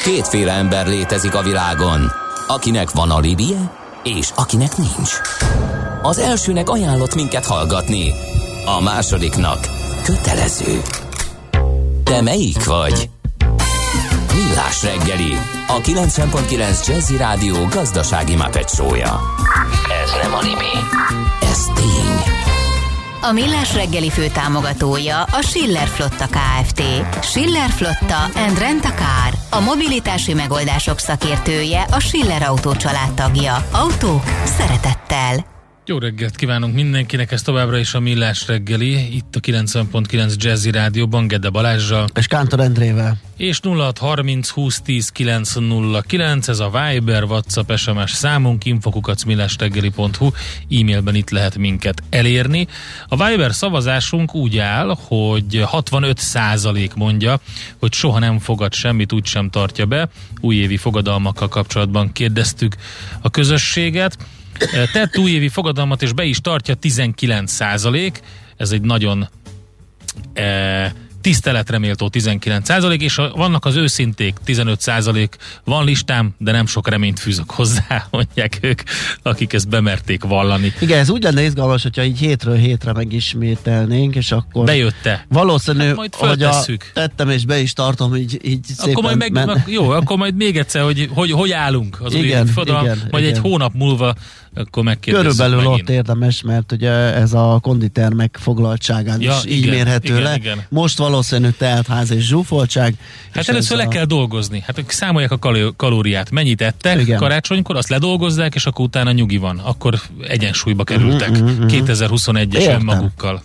Kétféle ember létezik a világon, akinek van alibije, és akinek nincs. Az elsőnek ajánlott minket hallgatni, a másodiknak kötelező. Te melyik vagy? Millás reggeli, a 90.9 Jazzy Rádió gazdasági Muppet show-ja. Ez nem anime, ez tény. A Millás reggeli főtámogatója a Schiller Flotta Kft. Schiller Flotta and Rent a Car. A mobilitási megoldások szakértője, a Schiller Autó család tagja. Autók szeretettel. Jó reggelt kívánunk mindenkinek, ez továbbra is a Millás reggeli, itt a 90.9 Jazzy Rádióban, Gede Balázsral. És Kántor Endrével. És 0630 20 10 909, ez a Viber, WhatsApp, SMS számunk, info@millásreggeli.hu, e-mailben itt lehet minket elérni. A Viber szavazásunk úgy áll, hogy 65% mondja, hogy soha nem fogad semmit, úgysem tartja be. Újévi fogadalmakkal kapcsolatban kérdeztük a közösséget. Tett újévi fogadalmat és be is tartja 19%, ez egy nagyon tiszteletreméltó 19%, és vannak az őszinték, 15% van listám, de nem sok reményt fűzök hozzá, mondják ők, akik ezt bemerték vallani. Igen, ez úgy lenne izgalmas, hogyha így hétről hétre megismételnénk, és akkor... Bejött-e? Valószínű, hát majd hogy tettem és be is tartom, így akkor szépen... akkor majd még egyszer, hogy állunk az új fogadalom, majd egy hónap múlva akkor megkérdezzük körülbelül megint. Ott érdemes, mert ugye ez a konditermek foglaltságán is így mérhető le. Igen. Most valószínű teltház és zsúfoltság. Hát először le kell dolgozni. Hát számolják a kalóriát. Mennyit ettek karácsonykor, azt ledolgozzák, és akkor utána nyugi van. Akkor egyensúlyba kerültek 2021-es önmagukkal.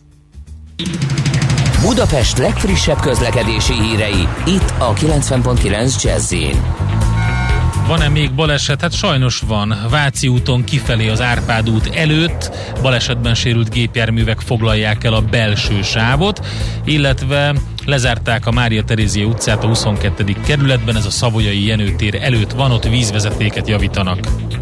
Budapest legfrissebb közlekedési hírei, itt a 90.9 Jazzyn. Van-e még baleset? Hát sajnos van. Váci úton kifelé az Árpád út előtt balesetben sérült gépjárművek foglalják el a belső sávot, illetve lezárták a Mária Terézia utcát a 22. kerületben, ez a Savoyai Jenő tér előtt van, ott vízvezetéket javítanak.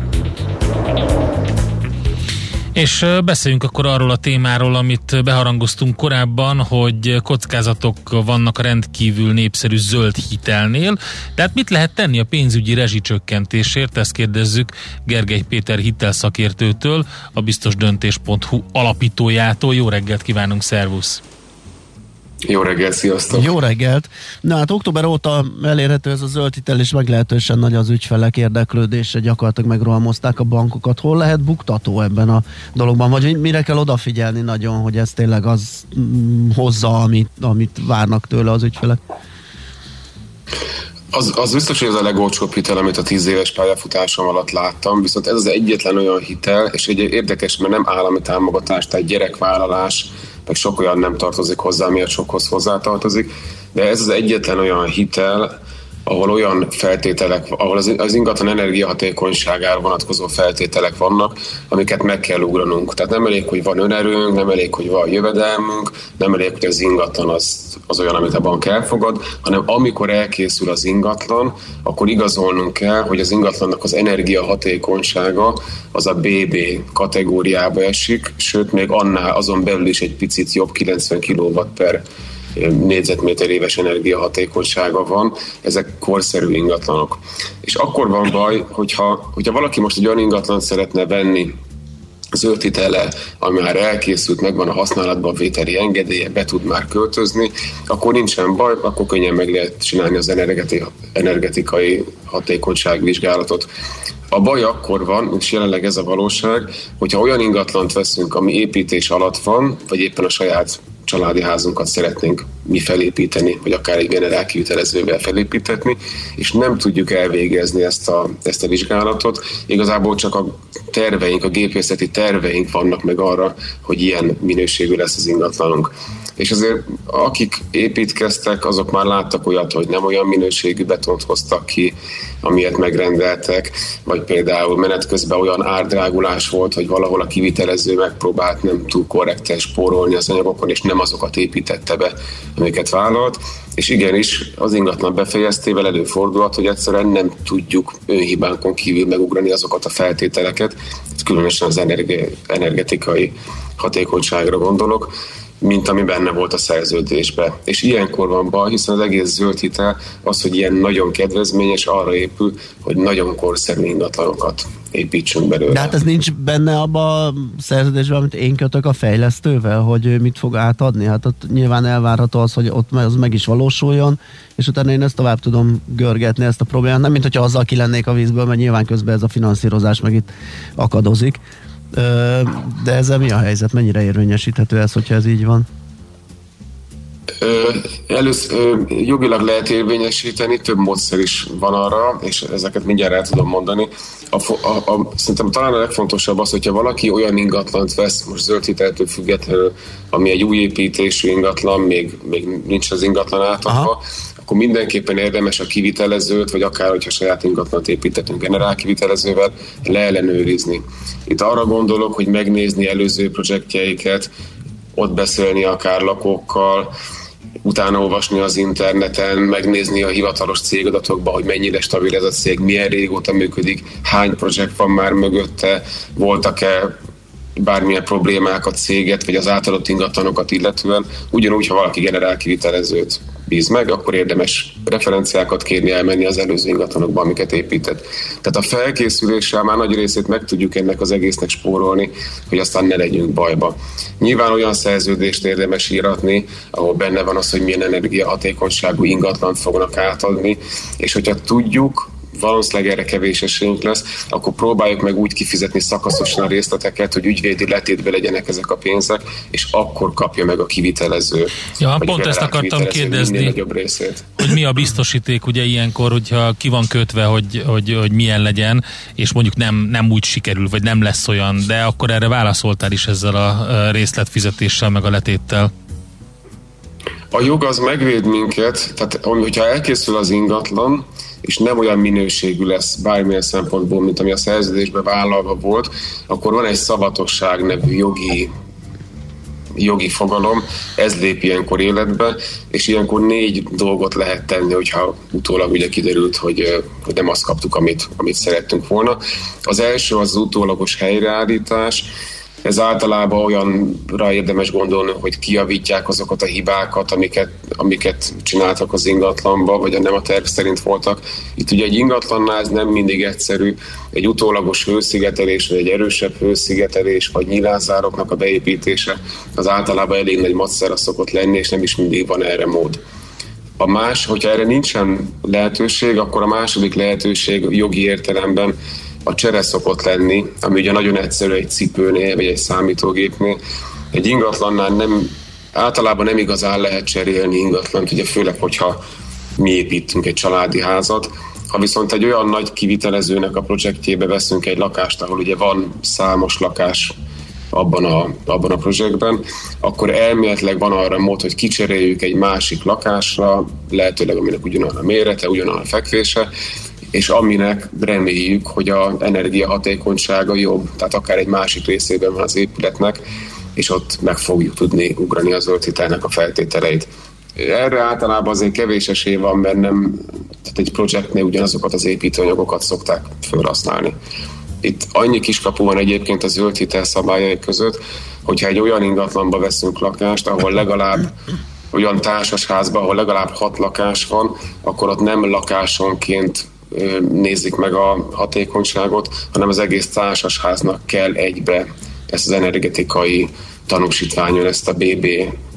És beszéljünk akkor arról a témáról, amit beharangoztunk korábban, hogy kockázatok vannak a rendkívül népszerű zöld hitelnél. Tehát mit lehet tenni a pénzügyi rezsicsökkentésért? Ezt kérdezzük Gergely Péter hitelszakértőtől, a biztosdöntés.hu alapítójától. Jó reggelt kívánunk, szervusz! Jó reggelt, sziasztok! Jó reggelt! Na hát október óta elérhető ez a zöld hitel, és meglehetősen nagy az ügyfelek érdeklődése, gyakorlatilag megrohamozták a bankokat. Hol lehet buktató ebben a dologban? Vagy mire kell odafigyelni nagyon, hogy ez tényleg az hozza, amit várnak tőle az ügyfelek? Az biztos, hogy ez a legolcsóbb hitel, amit a 10 éves pályafutásom alatt láttam, viszont ez az egyetlen olyan hitel, és egy érdekes, mert nem állami támogatás, tehát gyerekvállalás, meg sok olyan nem tartozik hozzá, miatt sokhoz hozzátartozik, de ez az egyetlen olyan hitel, ahol olyan feltételek, ahol az ingatlan energiahatékonyságára vonatkozó feltételek vannak, amiket meg kell ugranunk. Tehát nem elég, hogy van önerőnk, nem elég, hogy van jövedelmünk, nem elég, hogy az ingatlan az olyan, amit a bank elfogad, hanem amikor elkészül az ingatlan, akkor igazolnunk kell, hogy az ingatlannak az energiahatékonysága az a BB kategóriába esik, sőt még annál azon belül is egy picit jobb, 90 kW per négyzetméter éves energiahatékonysága van, ezek korszerű ingatlanok. És akkor van baj, hogyha valaki most egy olyan ingatlant szeretne venni zöld hitellel, ami már elkészült, megvan a használatban vételi engedélye, be tud már költözni, akkor nincsen baj, akkor könnyen meg lehet csinálni az energetikai hatékonyságvizsgálatot. A baj akkor van, és jelenleg ez a valóság, hogyha olyan ingatlant veszünk, ami építés alatt van, vagy éppen a saját családi házunkat szeretnénk mi felépíteni, vagy akár egy generálkivitelezővel felépítetni, és nem tudjuk elvégezni ezt a vizsgálatot. Igazából csak a terveink, a gépészeti terveink vannak meg arra, hogy ilyen minőségű lesz az ingatlanunk. És azért akik építkeztek, azok már láttak olyat, hogy nem olyan minőségű betont hoztak ki, amilyet megrendeltek, vagy például menet közben olyan árdrágulás volt, hogy valahol a kivitelező megpróbált nem túl korrekten spórolni az anyagokon, és nem azokat építette be, amiket vállalt. És igenis, az ingatlan befejeztével előfordulhat, hogy egyszerűen nem tudjuk önhibánkon kívül megugrani azokat a feltételeket, különösen az energetikai hatékonyságra gondolok, mint ami benne volt a szerződésben. És ilyenkor van baj, hiszen az egész zöld hitel az, hogy ilyen nagyon kedvezményes, arra épül, hogy nagyon korszerű ingatlanokat építsünk belőle. De hát ez nincs benne abban a szerződésben, amit én kötök a fejlesztővel, hogy mit fog átadni. Hát ott nyilván elvárható az, hogy ott az meg is valósuljon, és utána én ezt tovább tudom görgetni, ezt a problémát. Nem, mint hogyha azzal ki lennék a vízből, mert nyilván közben ez a finanszírozás meg itt akadozik. De ezzel mi a helyzet? Mennyire érvényesíthető ez, hogyha ez így van? Először jogilag lehet érvényesíteni, több módszer is van arra, és ezeket mindjárt el tudom mondani. Szerintem talán a legfontosabb az, hogyha valaki olyan ingatlant vesz, most zöld hiteltől függetlenül, ami egy új építésű ingatlan, még nincs az ingatlan átadva, akkor mindenképpen érdemes a kivitelezőt, vagy akár, hogyha saját ingatlant építettünk generál kivitelezővel, leellenőrizni. Itt arra gondolok, hogy megnézni előző projektjeiket, ott beszélni akár lakókkal, utána olvasni az interneten, megnézni a hivatalos cégadatokba, hogy mennyire stabil ez a cég, milyen régóta működik, hány projekt van már mögötte, voltak-e bármilyen problémák a céget, vagy az átadott ingatlanokat illetően. Ugyanúgy, ha valaki generál kivitelezőt bíz meg, akkor érdemes referenciákat kérni, elmenni az előző ingatlanokba, amiket épített. Tehát a felkészüléssel már nagy részét meg tudjuk ennek az egésznek spórolni, hogy aztán ne legyünk bajba. Nyilván olyan szerződést érdemes íratni, ahol benne van az, hogy milyen energiahatékonyságú ingatlant fognak átadni, és hogyha tudjuk, valószínűleg erre kevés esélyünk lesz, akkor próbáljuk meg úgy kifizetni szakaszosan a részleteket, hogy ügyvédi letétbe legyenek ezek a pénzek, és akkor kapja meg a kivitelező. Ja, pont ezt akartam kérdezni, hogy mi a biztosíték ugye ilyenkor, hogyha ki van kötve, hogy milyen legyen, és mondjuk nem úgy sikerül, vagy nem lesz olyan, de akkor erre válaszoltál is ezzel a részletfizetéssel, meg a letéttel. A jog az megvéd minket, tehát hogyha elkészül az ingatlan, és nem olyan minőségű lesz bármilyen szempontból, mint ami a szerződésben vállalva volt, akkor van egy szavatosság nevű jogi fogalom, ez lép ilyenkor életbe, és ilyenkor 4 dolgot lehet tenni, hogyha utólag ugye kiderült, hogy nem azt kaptuk, amit szerettünk volna. Az első az utólagos helyreállítás. Ez általában olyanra érdemes gondolni, hogy kijavítják azokat a hibákat, amiket csináltak az ingatlanba, vagy nem a terv szerint voltak. Itt ugye egy ingatlannál ez nem mindig egyszerű, egy utólagos hőszigetelés, vagy egy erősebb hőszigetelés, vagy nyílászároknak a beépítése, az általában elég nagy macera szokott lenni, és nem is mindig van erre mód. Hogyha erre nincsen lehetőség, akkor a második lehetőség jogi értelemben a csere szokott lenni, ami ugye nagyon egyszerű egy cipőnél, vagy egy számítógépnél. Egy ingatlannál általában nem igazán lehet cserélni ingatlant, ugye főleg, hogyha mi építünk egy családi házat. Ha viszont egy olyan nagy kivitelezőnek a projektjébe veszünk egy lakást, ahol ugye van számos lakás abban a projektben, akkor elméletileg van arra mód, hogy kicseréljük egy másik lakásra, lehetőleg aminek ugyanolyan a mérete, ugyanolyan a fekvése, és aminek reméljük, hogy az energiahatékonysága jobb, tehát akár egy másik részében van az épületnek, és ott meg fogjuk tudni ugrani a zöld hitelnek a feltételeit. Erre általában azért kevés esély van, mert tehát egy projektnél ugyanazokat az építőanyagokat szokták felhasználni. Itt annyi kiskapu van egyébként a zöld hitel szabályai között, hogyha egy olyan ingatlanba veszünk lakást, ahol legalább olyan társasházban, ahol legalább 6 lakás van, akkor ott nem lakásonként nézik meg a hatékonyságot, hanem az egész társasháznak kell egybe ezt az energetikai tanúsítványon, ezt a BB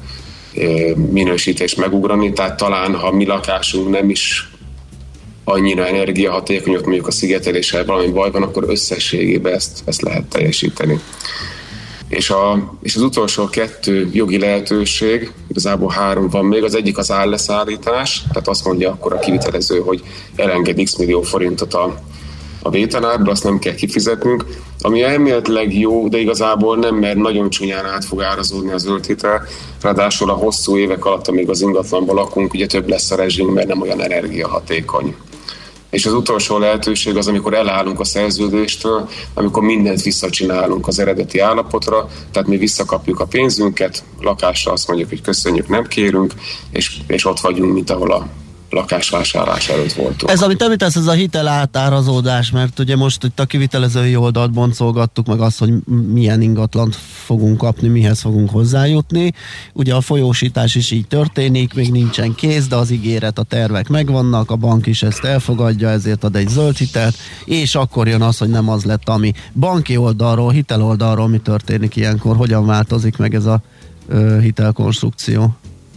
minősítést megugrani, tehát talán ha mi lakásunk nem is annyira energiahatékony, ott mondjuk a szigeteléssel valami baj van, akkor összességében ezt lehet teljesíteni. És az utolsó 2 jogi lehetőség, igazából 3 van még, az egyik az álleszállítás, tehát azt mondja akkor a kivitelező, hogy elenged x millió forintot a vételárba, azt nem kell kifizetnünk, ami elméletileg jó, de igazából nem, mert nagyon csúnyán át fog árazódni a zöld hitel, ráadásul a hosszú évek alatt, amíg az ingatlanban lakunk, ugye több lesz a rezsing, mert nem olyan energiahatékony. És az utolsó lehetőség az, amikor elállunk a szerződéstől, amikor mindent visszacsinálunk az eredeti állapotra, tehát mi visszakapjuk a pénzünket, lakásra azt mondjuk, hogy köszönjük, nem kérünk, és ott vagyunk, mint ahol lakásvásárlás előtt voltunk. Ez, amit említesz, ez a hitelátárazódás, mert ugye most itt a kivitelezői oldalt boncolgattuk meg azt, hogy milyen ingatlant fogunk kapni, mihez fogunk hozzájutni. Ugye a folyósítás is így történik, még nincsen kész, de az ígéret, a tervek megvannak, a bank is ezt elfogadja, ezért ad egy zöld hitelt, és akkor jön az, hogy nem az lett, ami banki oldalról, hitel oldalról mi történik ilyenkor, hogyan változik meg ez a hitelkonstrukció?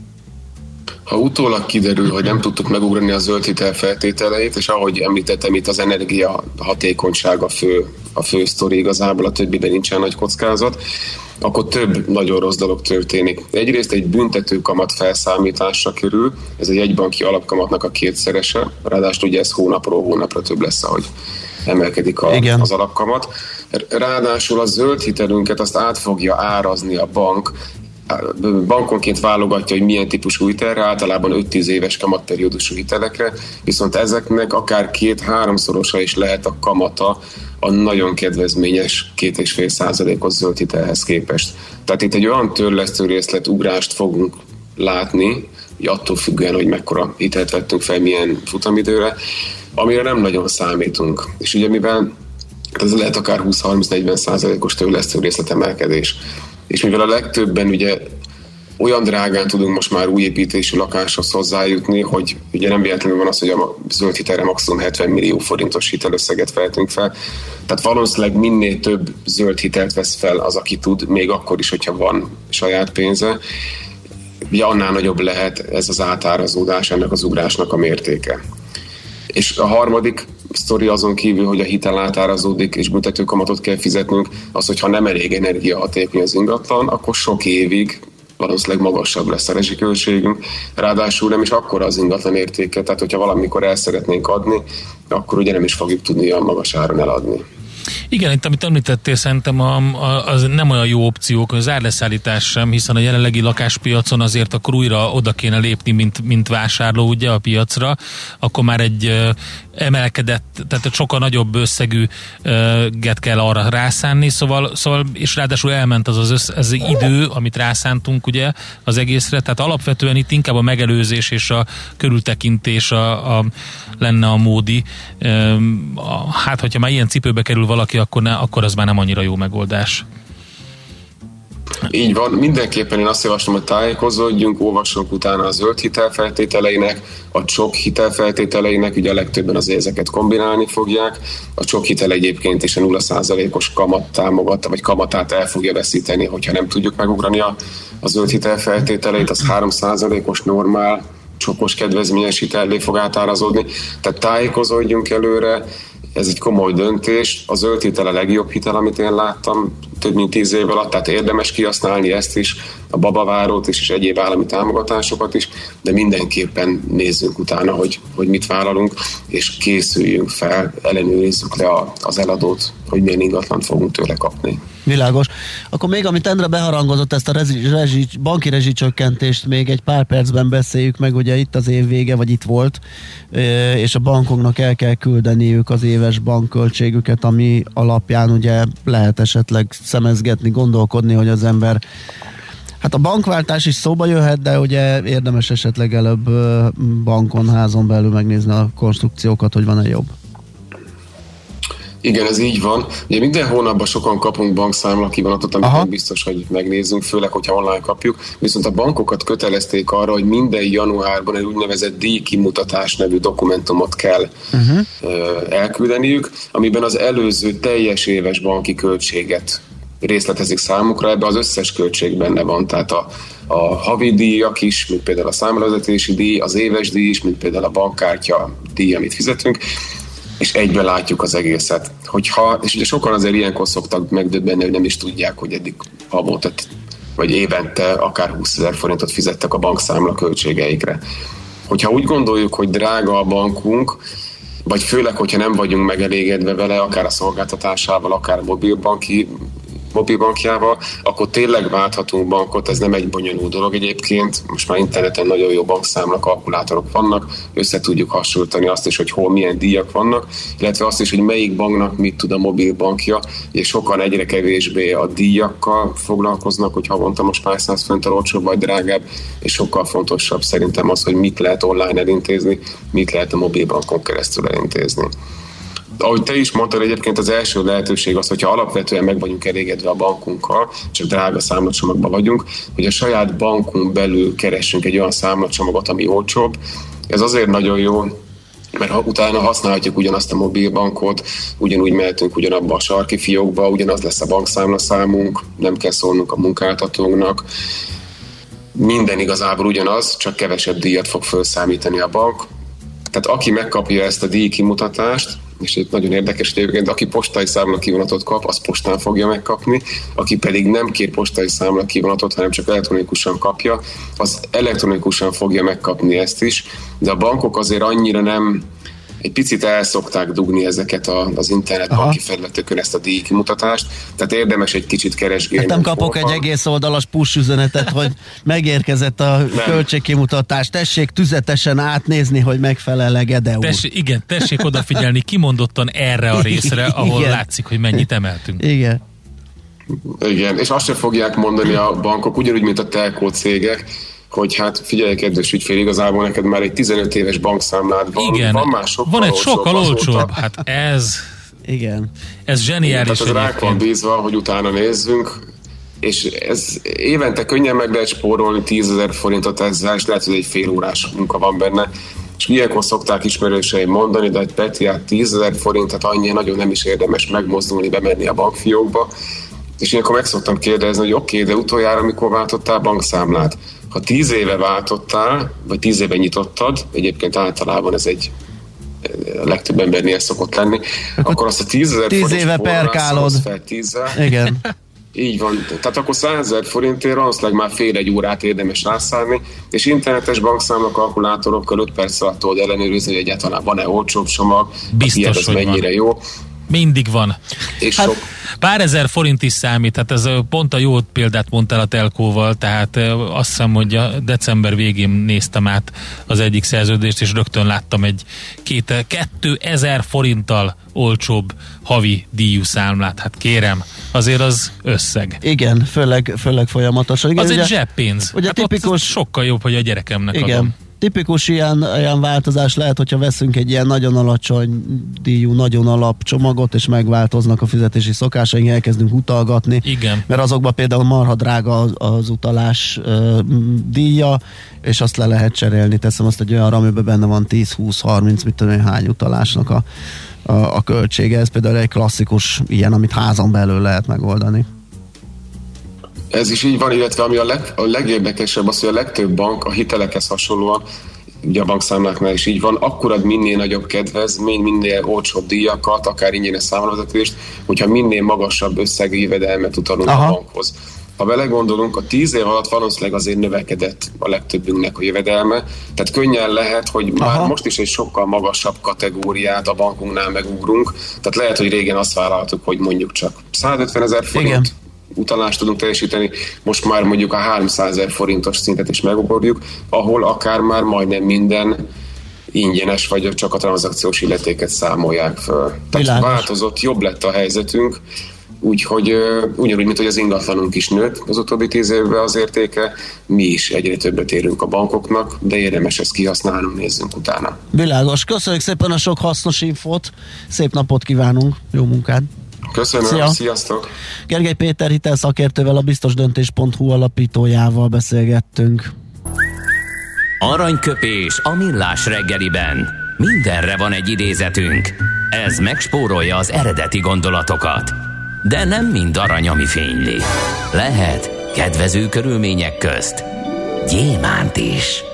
Ha utólag kiderül, hogy nem tudtuk megugrani a zöld hitel feltételeit, és ahogy említettem, itt az energia hatékonyság a fő sztori igazából, a többiben nincsen nagy kockázat, akkor több nagyon rossz dolog történik. Egyrészt egy büntető kamat felszámításra kerül, ez egy egybanki alapkamatnak a kétszerese, ráadásul ugye ez hónapról hónapra több lesz, ahogy emelkedik az alapkamat. Ráadásul a zöld hitelünket azt át fogja árazni a bank, bankonként válogatja, hogy milyen típusú hitelre, általában 5-10 éves kamatperiódusú hitelekre, viszont ezeknek akár 2-3-szorosa is lehet a kamata a nagyon kedvezményes 2,5%-os zöld hitelhez képest. Tehát itt egy olyan törlesztő részlet ugrást fogunk látni, attól függően, hogy mekkora hitelt vettünk fel, milyen futamidőre, amire nem nagyon számítunk. És ugye mivel ez lehet akár 20-30-40%-os törlesztő részletemelkedés. És mivel a legtöbben ugye olyan drágán tudunk most már új építésű lakáshoz hozzájutni, hogy ugye nem véletlenül van az, hogy a zöld hitelre maximum 70 millió forintos hitelösszeget vehetünk fel. Tehát valószínűleg minél több zöld hitelt vesz fel az, aki tud, még akkor is, hogyha van saját pénze, ugye annál nagyobb lehet ez az átárazódás, ennek az ugrásnak a mértéke. És a harmadik sztori azon kívül, hogy a hitel átárazódik és büntetőkamatot kell fizetnünk, az, hogyha nem elég energiahatékony az ingatlan, akkor sok évig valószínűleg magasabb lesz a rezsiköltségünk. Ráadásul nem is akkora az ingatlan értéke, tehát hogyha valamikor el szeretnénk adni, akkor ugye nem is fogjuk tudni olyan magas áron eladni. Igen, itt amit említettél, szerintem az nem olyan jó opciók, az árleszállítás sem, hiszen a jelenlegi lakáspiacon azért akkor újra oda kéne lépni, mint vásárló ugye a piacra, akkor már egy emelkedett, tehát sokkal nagyobb összegűget kell arra rászánni, szóval és ráadásul elment az idő, amit rászántunk ugye az egészre, tehát alapvetően itt inkább a megelőzés és a körültekintés lenne a módi. Hát, hogyha már ilyen cipőbe kerül valaki, akkor az már nem annyira jó megoldás. Így van, mindenképpen én azt javaslom, hogy tájékozódjunk, olvassunk utána a zöld hitelfeltételeinek, a csok hitelfeltételeinek, ugye a legtöbben azért ezeket kombinálni fogják. A csok hitel egyébként is a 0%-os kamat támogatta, vagy kamatát el fogja veszíteni, hogyha nem tudjuk megugrani a zöld hitelfeltételeit, az 3%-os normál csokos kedvezményes hitellé fog átárazódni. Tehát tájékozódjunk előre, ez egy komoly döntés. A zöld hitel a legjobb hitel, amit én láttam több mint 10 év alatt, tehát érdemes kihasználni ezt is, a babavárót is, és egyéb állami támogatásokat is, de mindenképpen nézzünk utána, hogy mit vállalunk, és készüljünk fel, ellenőrizzük le az eladót, hogy milyen ingatlant fogunk tőle kapni. Világos. Akkor még, amit Endre beharangozott, ezt a banki rezsicsökkentést még egy pár percben beszéljük meg, ugye itt az év vége, vagy itt volt, és a bankoknak el kell küldeniük az éves bankköltségüket, ami alapján ugye lehet esetleg szemezgetni, gondolkodni, hogy az ember, hát a bankváltás is szóba jöhet, de ugye érdemes esetleg előbb bankon, házon belül megnézni a konstrukciókat, hogy van-e jobb. Igen, ez így van. Ugye minden hónapban sokan kapunk bankszámla kivonatot, amit nem biztos, hogy megnézzünk, főleg, hogyha online kapjuk. Viszont a bankokat kötelezték arra, hogy minden januárban egy úgynevezett díjkimutatás nevű dokumentumot kell elküldeniük, amiben az előző teljes éves banki költséget részletezik számukra, ebben az összes költség benne van, tehát a havi díjak is, mint például a számlavezetési díj, az éves díj is, mint például a bankkártya díj, amit fizetünk, és egyben látjuk az egészet. És ugye sokan azért ilyenkor szoktak megdöbbenni, hogy nem is tudják, hogy eddig havonta vagy évente akár 20 000 forintot fizettek a bankszámla költségeikre. Hogyha úgy gondoljuk, hogy drága a bankunk, vagy főleg, hogyha nem vagyunk megelégedve vele, akár a szolgáltatásával, akár a mobilbanki mobilbankjával, akkor tényleg válthatunk bankot, ez nem egy bonyolult dolog egyébként. Most már interneten nagyon jó bankszámla kalkulátorok vannak, össze tudjuk hasonlítani azt is, hogy hol milyen díjak vannak, illetve azt is, hogy melyik banknak mit tud a mobilbankja, és sokan egyre kevésbé a díjakkal foglalkoznak, hogy havonta most pár száz forinttal olcsóbb vagy drágább, és sokkal fontosabb szerintem az, hogy mit lehet online elintézni, mit lehet a mobilbankon keresztül elintézni. Ahogy te is mondtad, egyébként az első lehetőség az, hogyha alapvetően meg vagyunk elégedve a bankunkkal, csak drága számlacsomagban vagyunk, hogy a saját bankunk belül keressünk egy olyan számlacsomagot, ami olcsóbb. Ez azért nagyon jó, mert utána használhatjuk ugyanazt a mobilbankot, ugyanúgy mehetünk ugyanabba a sarki fiókba, ugyanaz lesz a bankszámlaszámunk, nem kell szólnunk a munkáltatónknak. Minden igazából ugyanaz, csak kevesebb díjat fog felszámítani a bank. Tehát aki megkapja ezt a díjkimutatást, és itt nagyon érdekes, hogy egyébként aki postai számlakivonatot kap, az postán fogja megkapni, aki pedig nem kér postai számlakivonatot, hanem csak elektronikusan kapja, az elektronikusan fogja megkapni ezt is, de a bankok azért annyira nem, egy picit el szokták dugni ezeket az internetbanki felületükön ezt a díjkimutatást, tehát érdemes egy kicsit keresgélni. Hát nem kapok egy egész oldalas push üzenetet, hogy megérkezett a költségkimutatás, tessék tüzetesen átnézni, hogy megfelel-e de úr. Tessék odafigyelni kimondottan erre a részre, ahol látszik, hogy mennyit emeltünk. Igen, és azt sem fogják mondani a bankok, ugyanúgy, mint a telkó cégek, hogy hát figyelj, kedves ügyfél, igazából neked már egy 15 éves bankszámlád van. Igen, van már sokkal olcsóbb. Hát ez zseniális. Tehát ez ránk van bízva, hogy utána nézzünk, és ez évente könnyen meg lehet spórolni 10 000 forintot ezzel, és lehet, hogy egy fél órás munka van benne. És ilyenkor szokták ismerőseim mondani, de egy Peti, hát 10 000 forintot annyi nagyon nem is érdemes megmozdulni, bemenni a bankfiókba. És ilyenkor meg szoktam kérdezni, hogy oké, de utoljára mikor váltottál bankszámlát? Ha 10 éve váltottál, vagy 10 éve nyitottad, egyébként általában ez egy a legtöbb embernél szokott lenni, akkor azt a 10 000 forint éve perkálod fel 10-zel. Igen. Így van. Tehát akkor 100 000 forintért valószínűleg már fél egy órát érdemes rászállni, és internetes bankszámla kalkulátorokkal 5 perc alatt tudod ellenőrizni, hogy egyáltalán van-e olcsóbb csomag, biztos, hogy mennyire van. Jó. Mindig van. És hát pár ezer forint is számít, tehát ez pont a jó példát mondtál a telkóval, tehát azt hiszem, hogy a december végén néztem át az egyik szerződést, és rögtön láttam egy 2000 forinttal olcsóbb havi díjú számlát. Hát kérem, azért az összeg. Igen, főleg folyamatosan. Igen, az ugye, egy zseppénz. Ugye hát tipikus, sokkal jobb, hogy a gyerekemnek adom. Tipikus ilyen változás lehet, hogyha veszünk egy ilyen nagyon alacsony díjú, nagyon alap csomagot, és megváltoznak a fizetési szokásaink, elkezdünk utalgatni. Igen. Mert azokban például marha drága az utalás díja, és azt le lehet cserélni. Teszem azt egy olyanra, amiben benne van 10-20-30, mit tudom én, hány utalásnak a költsége. Ez például egy klasszikus ilyen, amit házon belül lehet megoldani. Ez is így van, illetve ami a legérdekesebb az, hogy a legtöbb bank a hitelekhez hasonlóan, ugye a bankszámláknál is így van, akkor ad minél nagyobb kedvezmény, minél olcsóbb díjakat, akár ingyenes számlavezetést, hogyha minél magasabb összegű jövedelmet utalunk a bankhoz. Ha belegondolunk, a 10 év alatt valószínűleg azért növekedett a legtöbbünknek a jövedelme, tehát könnyen lehet, hogy már most is egy sokkal magasabb kategóriát a bankunknál megugrunk, tehát lehet, hogy régen azt vállaltuk, hogy mondjuk csak 150 000 forint. Igen. Utalást tudunk teljesíteni, most már mondjuk a 300 000 forintos szintet is megugorjuk, ahol akár már majdnem minden ingyenes, vagy csak a tranzakciós illetéket számolják föl. Tehát változott, jobb lett a helyzetünk, úgyhogy ugyanúgy, mint hogy az ingatlanunk is nőtt az utóbbi 10 évben az értéke, mi is egyre többet érünk a bankoknak, de érdemes ezt kihasználnunk, nézzünk utána. Világos, köszönjük szépen a sok hasznos infót, szép napot kívánunk, jó munkát! Köszönöm, sziasztok! Gergely Péter hitelszakértővel, a biztosdöntés.hu alapítójával beszélgettünk. Aranyköpés a millás reggeliben. Mindenre van egy idézetünk. Ez megspórolja az eredeti gondolatokat. De nem mind arany, ami fényli. Lehet kedvező körülmények közt gyémánt is.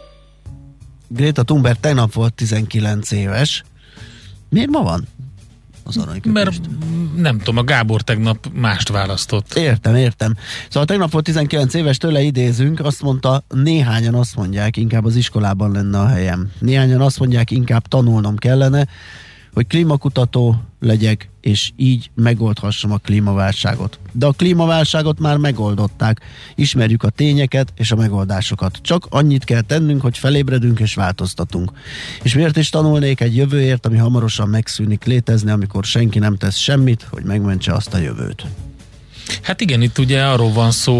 Greta Thunberg tegnap volt 19 éves. Miért ma van az aranyköpést? Mert nem tudom, a Gábor tegnap mást választott. Értem. Szóval tegnap volt 19 éves, tőle idézünk, azt mondta, néhányan azt mondják, inkább az iskolában lenne a helyem. Néhányan azt mondják, inkább tanulnom kellene, hogy klímakutató legyek, és így megoldhassam a klímaválságot. De a klímaválságot már megoldották. Ismerjük a tényeket és a megoldásokat. Csak annyit kell tennünk, hogy felébredünk és változtatunk. És miért is tanulnék egy jövőért, ami hamarosan megszűnik létezni, amikor senki nem tesz semmit, hogy megmentse azt a jövőt. Hát igen, itt ugye arról van szó,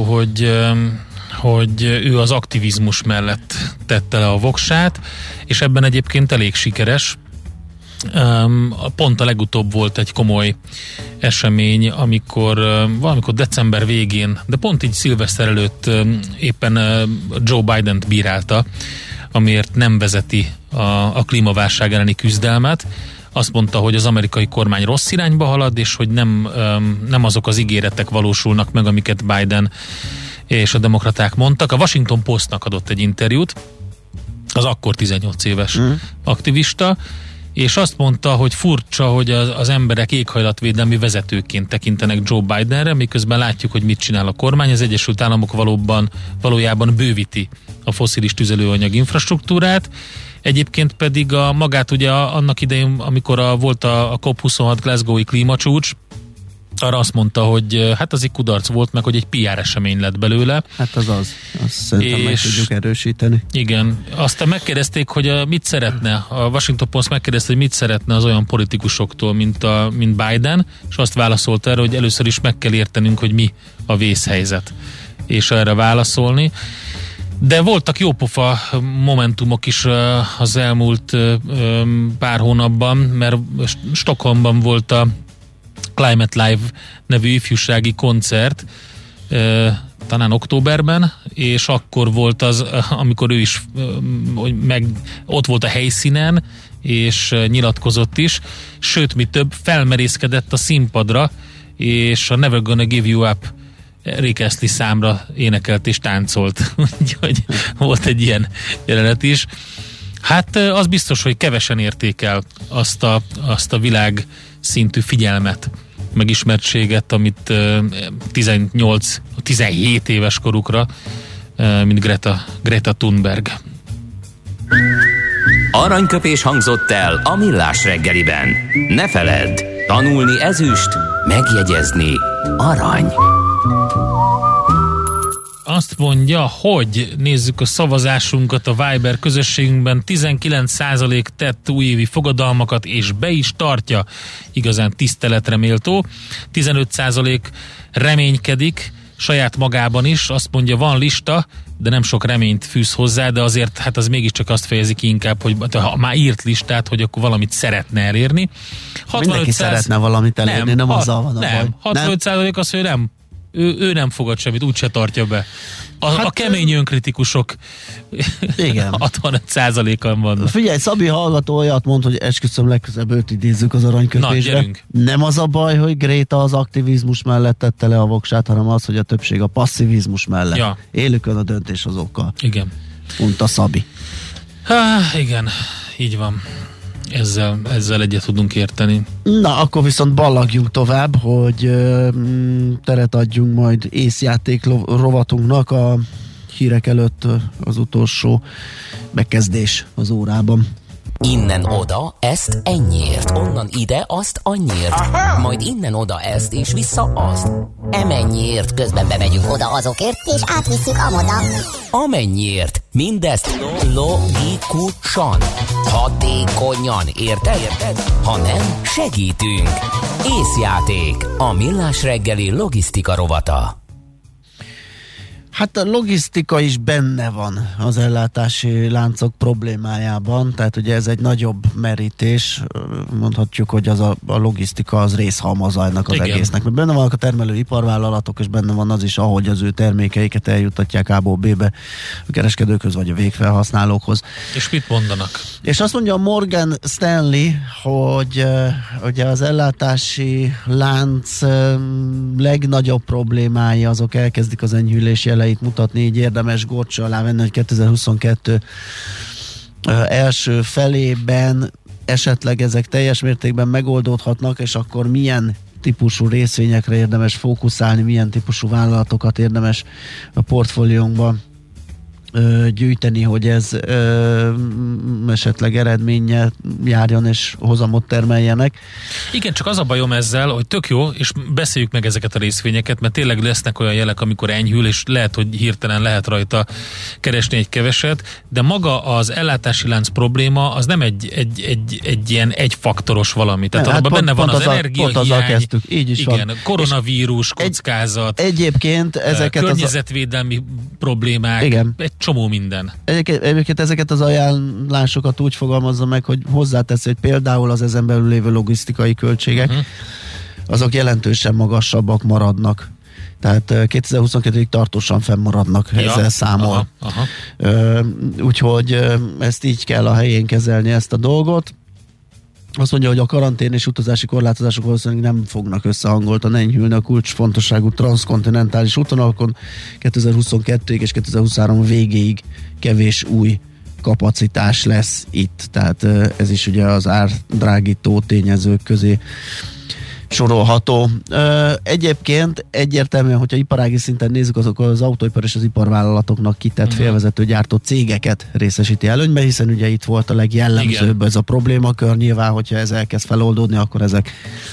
hogy ő az aktivizmus mellett tette le a voksát, és ebben egyébként elég sikeres. Pont a legutóbb volt egy komoly esemény, amikor valamikor december végén, de pont így szilveszter előtt éppen Joe Bident bírálta, amiért nem vezeti a klímaválság elleni küzdelmet. Azt mondta, hogy az amerikai kormány rossz irányba halad, és hogy nem azok az ígéretek valósulnak meg, amiket Biden és a demokraták mondtak. A Washington Postnak adott egy interjút, az akkor 18 éves aktivista, és azt mondta, hogy furcsa, hogy az emberek éghajlatvédelmi vezetőként tekintenek Joe Bidenre, miközben látjuk, hogy mit csinál a kormány. Az Egyesült Államok valójában bővíti a fosszilis tüzelőanyag infrastruktúrát, egyébként pedig magát ugye annak idején, amikor volt a COP26 Glasgow-i klímacsúcs, arra azt mondta, hogy hát az egy kudarc volt, meg hogy egy PR esemény lett belőle. Hát azt szerintem meg tudjuk erősíteni. Igen. Aztán megkérdezték, hogy mit szeretne, a Washington Post megkérdezte, hogy mit szeretne az olyan politikusoktól, mint Biden, és azt válaszolta erre, hogy először is meg kell értenünk, hogy mi a vészhelyzet, és erre válaszolni. De voltak jópofa momentumok is az elmúlt pár hónapban, mert Stockholmban volt a Climate Live nevű ifjúsági koncert, talán októberben, és akkor volt az, amikor ő is ott volt a helyszínen, és nyilatkozott is, sőt, mi több, felmerészkedett a színpadra, és a Never Gonna Give You Up Rick Astley számra énekelt és táncolt. Úgyhogy volt egy ilyen jelenet is. Hát az biztos, hogy kevesen értékel azt a világ szintű figyelmet, megismertséget, amit 18-17 éves korukra, mint Greta Thunberg. Aranyköpés hangzott el a Millás reggeliben. Ne feledd, tanulni ezüst, megjegyezni arany. Azt mondja, hogy nézzük a szavazásunkat a Viber közösségünkben, 19% tett újévi fogadalmakat, és be is tartja, igazán tiszteletre méltó. 15% reménykedik saját magában is, azt mondja, van lista, de nem sok reményt fűz hozzá, de azért hát az mégiscsak azt fejezi ki inkább, hogy ha már írt listát, hogy akkor valamit szeretne elérni. Mindenki szeretne valamit elérni, nem azzal van a baj. 65% azt, hogy nem. Ő nem fogad semmit, úgyse tartja be. A kemény önkritikusok 65%-an vannak. Figyelj, Szabi hallgató olyat mond, hogy esküszöm, legközelebb őt idézzük az aranyköpésre. Nem az a baj, hogy Gréta az aktivizmus mellett tette le a voksát, hanem az, hogy a többség a passzivizmus mellett. Ja. Élükön a döntéshozókkal. Igen. Mondta Szabi. Igen, így van. Ezzel egyet tudunk érteni. Na, akkor viszont ballagjunk tovább, hogy teret adjunk majd észjáték rovatunknak a hírek előtt az utolsó bekezdés az órában. Innen oda, ezt ennyiért, onnan ide, azt annyiért, majd innen oda ezt, és vissza azt. Emennyiért, közben bemegyünk oda azokért, és átvisszük amoda. Amennyiért, mindezt logikusan, hatékonyan, érted? Ha nem, segítünk. Észjáték, a Millás reggeli logisztika rovata. Hát a logisztika is benne van az ellátási láncok problémájában, tehát ugye ez egy nagyobb merítés, mondhatjuk, hogy az a logisztika az részhalmaza ennek az egésznek. Mert benne vannak a termelő iparvállalatok, és benne van az is, ahogy az ő termékeiket eljuttatják A-ból B-be a kereskedőkhöz, vagy a végfelhasználókhoz. És mit mondanak? És azt mondja a Morgan Stanley, hogy ugye az ellátási lánc legnagyobb problémái azok elkezdik az enyhülés jeleit mutatni, így érdemes górcső alá venni, hogy 2022 első felében esetleg ezek teljes mértékben megoldódhatnak, és akkor milyen típusú részvényekre érdemes fókuszálni, milyen típusú vállalatokat érdemes a portfóliónkban gyűjteni, hogy ez esetleg eredménnyel járjon és hozamot termeljenek. Igen, csak az a bajom ezzel, hogy tök jó, és beszéljük meg ezeket a részvényeket, mert tényleg lesznek olyan jelek, amikor enyhül, és lehet, hogy hirtelen lehet rajta keresni egy keveset, de maga az ellátási lánc probléma az nem egy ilyen egyfaktoros valami. Tehát abban benne van az energiahiány, így is igen, van. koronavírus, kockázat, egyébként ezeket környezetvédelmi problémák, igen. Egy csomó minden. Egyébként ezeket az ajánlásokat úgy fogalmazza meg, hogy hozzáteszi, hogy például az ezen belül lévő logisztikai költségek, azok jelentősen magasabbak maradnak. Tehát 2022-ig tartósan fennmaradnak, ezzel számol. Aha. Úgyhogy ezt így kell a helyén kezelni, ezt a dolgot. Azt mondja, hogy a karantén és utazási korlátozások valószínűleg nem fognak összehangoltan enyhülni a kulcsfontosságú transzkontinentális útvonalakon 2022-ig és 2023 végéig kevés új kapacitás lesz itt. Tehát ez is ugye az árdrágító tényezők közé sorolható. Egyébként egyértelműen, hogyha iparági szinten nézzük, azok az autóipar és az iparvállalatoknak kitett félvezetőgyártó cégeket részesíti előnybe, hiszen ugye itt volt a legjellemzőbb ez a problémakör. Nyilván, hogyha ez elkezd feloldódni, akkor ezek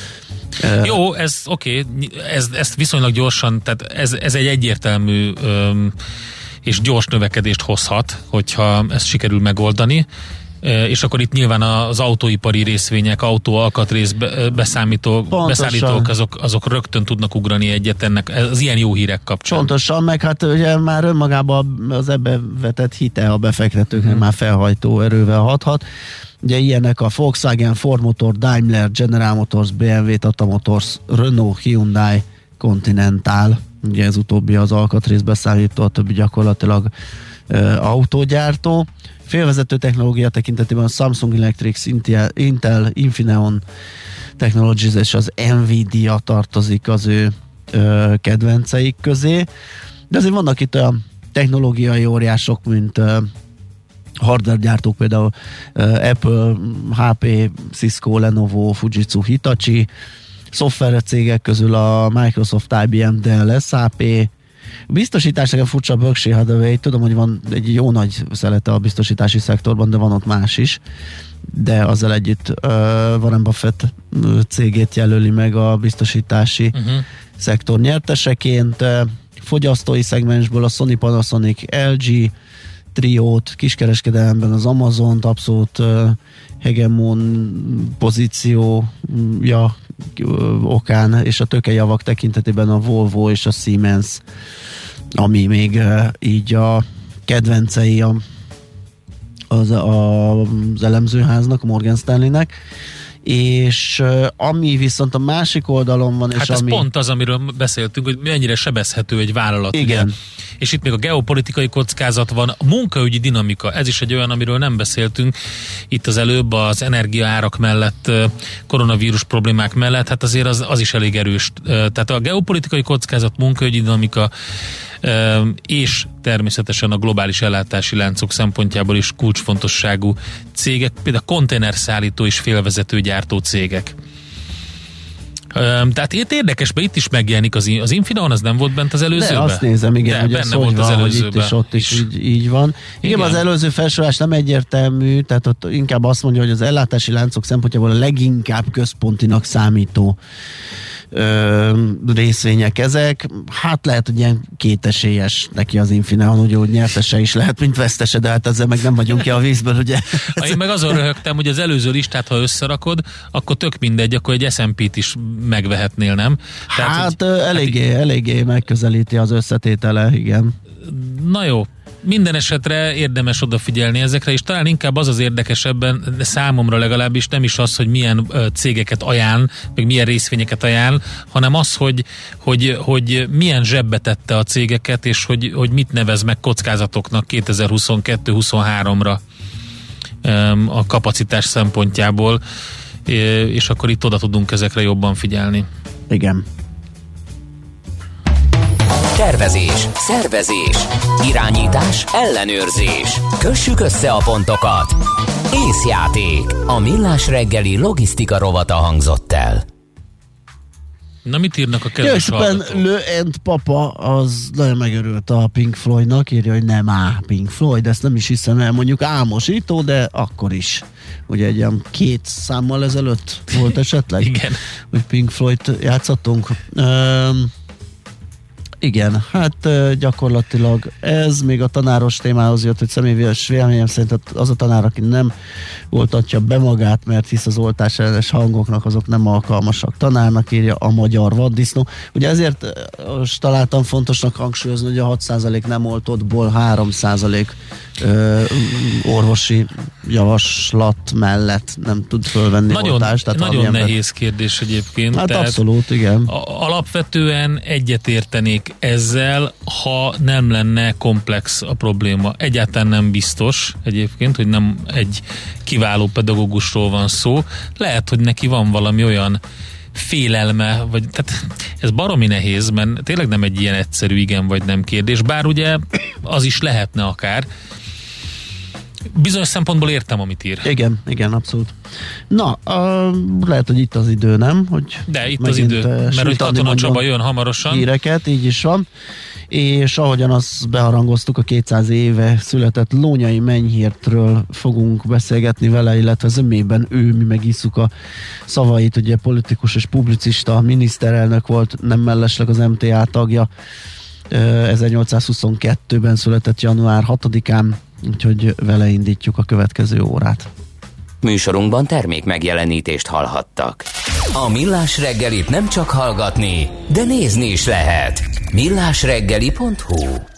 jó, ez oké, ezt viszonylag gyorsan, tehát ez egy egyértelmű és gyors növekedést hozhat, hogyha ezt sikerül megoldani. És akkor itt nyilván az autóipari részvények, autóalkatrész beszállítók, azok rögtön tudnak ugrani egyet ennek, az ilyen jó hírek kapcsán. Pontosan, meg hát ugye már önmagában az ebbe vetett hite a befektetőknek már felhajtó erővel hathat. Ugye ilyenek a Volkswagen, Ford Motor, Daimler, General Motors, BMW, Tata Motors, Renault, Hyundai, Continental. Ugye ez utóbbi az alkatrész beszállító, a többi gyakorlatilag autógyártó. Félvezető technológia tekintetében a Samsung Electronics, Intel, Infineon Technologies és az Nvidia tartozik az ő kedvenceik közé. De azért vannak itt olyan technológiai óriások, mint hardware gyártók, például Apple, HP, Cisco, Lenovo, Fujitsu, Hitachi, szoftver cégek közül a Microsoft, IBM, Dell, SAP, biztosítás nekem furcsa, Berkshire Hathaway, tudom, hogy van egy jó nagy szelete a biztosítási szektorban, de van ott más is, de azzal együtt Warren Buffett cégét jelöli meg a biztosítási szektor nyerteseként. Fogyasztói szegmensből a Sony, Panasonic, LG triót, kiskereskedelemben az Amazont, abszolút hegemon pozíciója okán, és a tőkejavak tekintetében a Volvo és a Siemens, ami még így a kedvencei az elemzőháznak, a Morgan Stanleynek, és ami viszont a másik oldalon van, hát és ez pont az, amiről beszéltünk, hogy mennyire sebezhető egy vállalat. Igen. Ugye? És itt még a geopolitikai kockázat van, a munkaügyi dinamika, ez is egy olyan, amiről nem beszéltünk itt az előbb, az energiaárak mellett, koronavírus problémák mellett, hát azért az is elég erős. Tehát a geopolitikai kockázat, munkaügyi dinamika, és természetesen a globális ellátási láncok szempontjából is kulcsfontosságú cégek, például konténerszállító és félvezető gyártó cégek. Tehát érdekes, mert itt is megjelenik az Infineon, az nem volt bent az előzőben? De azt nézem, igen, de hogy benne az volt az előzőben. Itt és ott is így van. Igen, az előző felsorolás nem egyértelmű, tehát ott inkább azt mondja, hogy az ellátási láncok szempontjából a leginkább központinak számító részvények ezek. Hát lehet, hogy ilyen kétesélyes neki az Infineon, hogy nyertese is lehet, mint vesztese, de hát ezzel meg nem vagyunk ki a vízből, ugye? Én meg azon röhögtem, hogy az előző listát, ha összerakod, akkor tök mindegy, akkor egy S&P-t is megvehetnél, nem? Tehát, hát eléggé megközelíti az összetétele, igen. Na jó. Minden esetre érdemes odafigyelni ezekre, és talán inkább az érdekesebben, számomra legalábbis nem is az, hogy milyen cégeket ajánl, meg milyen részvényeket ajánl, hanem az, hogy milyen zsebbe tette a cégeket, és hogy mit nevez meg kockázatoknak 2022-23-ra a kapacitás szempontjából, és akkor itt oda tudunk ezekre jobban figyelni. Igen. Tervezés, szervezés, irányítás, ellenőrzés. Kössük össze a pontokat. Észjáték. A Millás reggeli logisztika rovata hangzott el. Na, mit írnak a kedves hallgatók? Le and Papa az nagyon megörült a Pink Floydnak, írja, hogy nem Pink Floyd, ezt nem is hiszem el, mondjuk álmosító, de akkor is. Ugye egy olyan 2 számmal ezelőtt volt esetleg? Igen. Hogy Pink Floyd játszottunk. Igen, hát gyakorlatilag ez még a tanáros témához jött, hogy személyes véleményem szerint az a tanár, aki nem oltatja be magát, mert hisz az oltás ellenes hangoknak, azok nem alkalmasak tanárnak, írja a magyar vaddisznó. Ugye ezért most találtam fontosnak hangsúlyozni, hogy a 6% nem oltottból 3% orvosi javaslat mellett nem tud fölvenni oltást. Tehát nagyon nehéz kérdés egyébként. Hát tehát abszolút, igen. Alapvetően egyetértenék ezzel, ha nem lenne komplex a probléma. Egyáltalán nem biztos egyébként, hogy nem egy kiváló pedagógusról van szó. Lehet, hogy neki van valami olyan félelme, vagy tehát ez baromi nehéz, mert tényleg nem egy ilyen egyszerű igen vagy nem kérdés, bár ugye az is lehetne akár. Bizonyos szempontból értem, amit ír. Igen, abszolút. Na, lehet, hogy itt az idő, nem? Hogy de itt az idő, mert hogy Katona Csaba jön hamarosan. Híreket, így is van. És ahogyan azt beharangoztuk, a 200 éve született Lónyai Menyhértről fogunk beszélgetni vele, illetve zömében mi megisszuk a szavait, ugye politikus és publicista, miniszterelnök volt, nem mellesleg az MTA tagja. 1822-ben született január 6-án, úgyhogy vele indítjuk a következő órát. Műsorunkban termék megjelenítést hallhattak. A Millás reggelit nem csak hallgatni, de nézni is lehet. millásreggeli.hu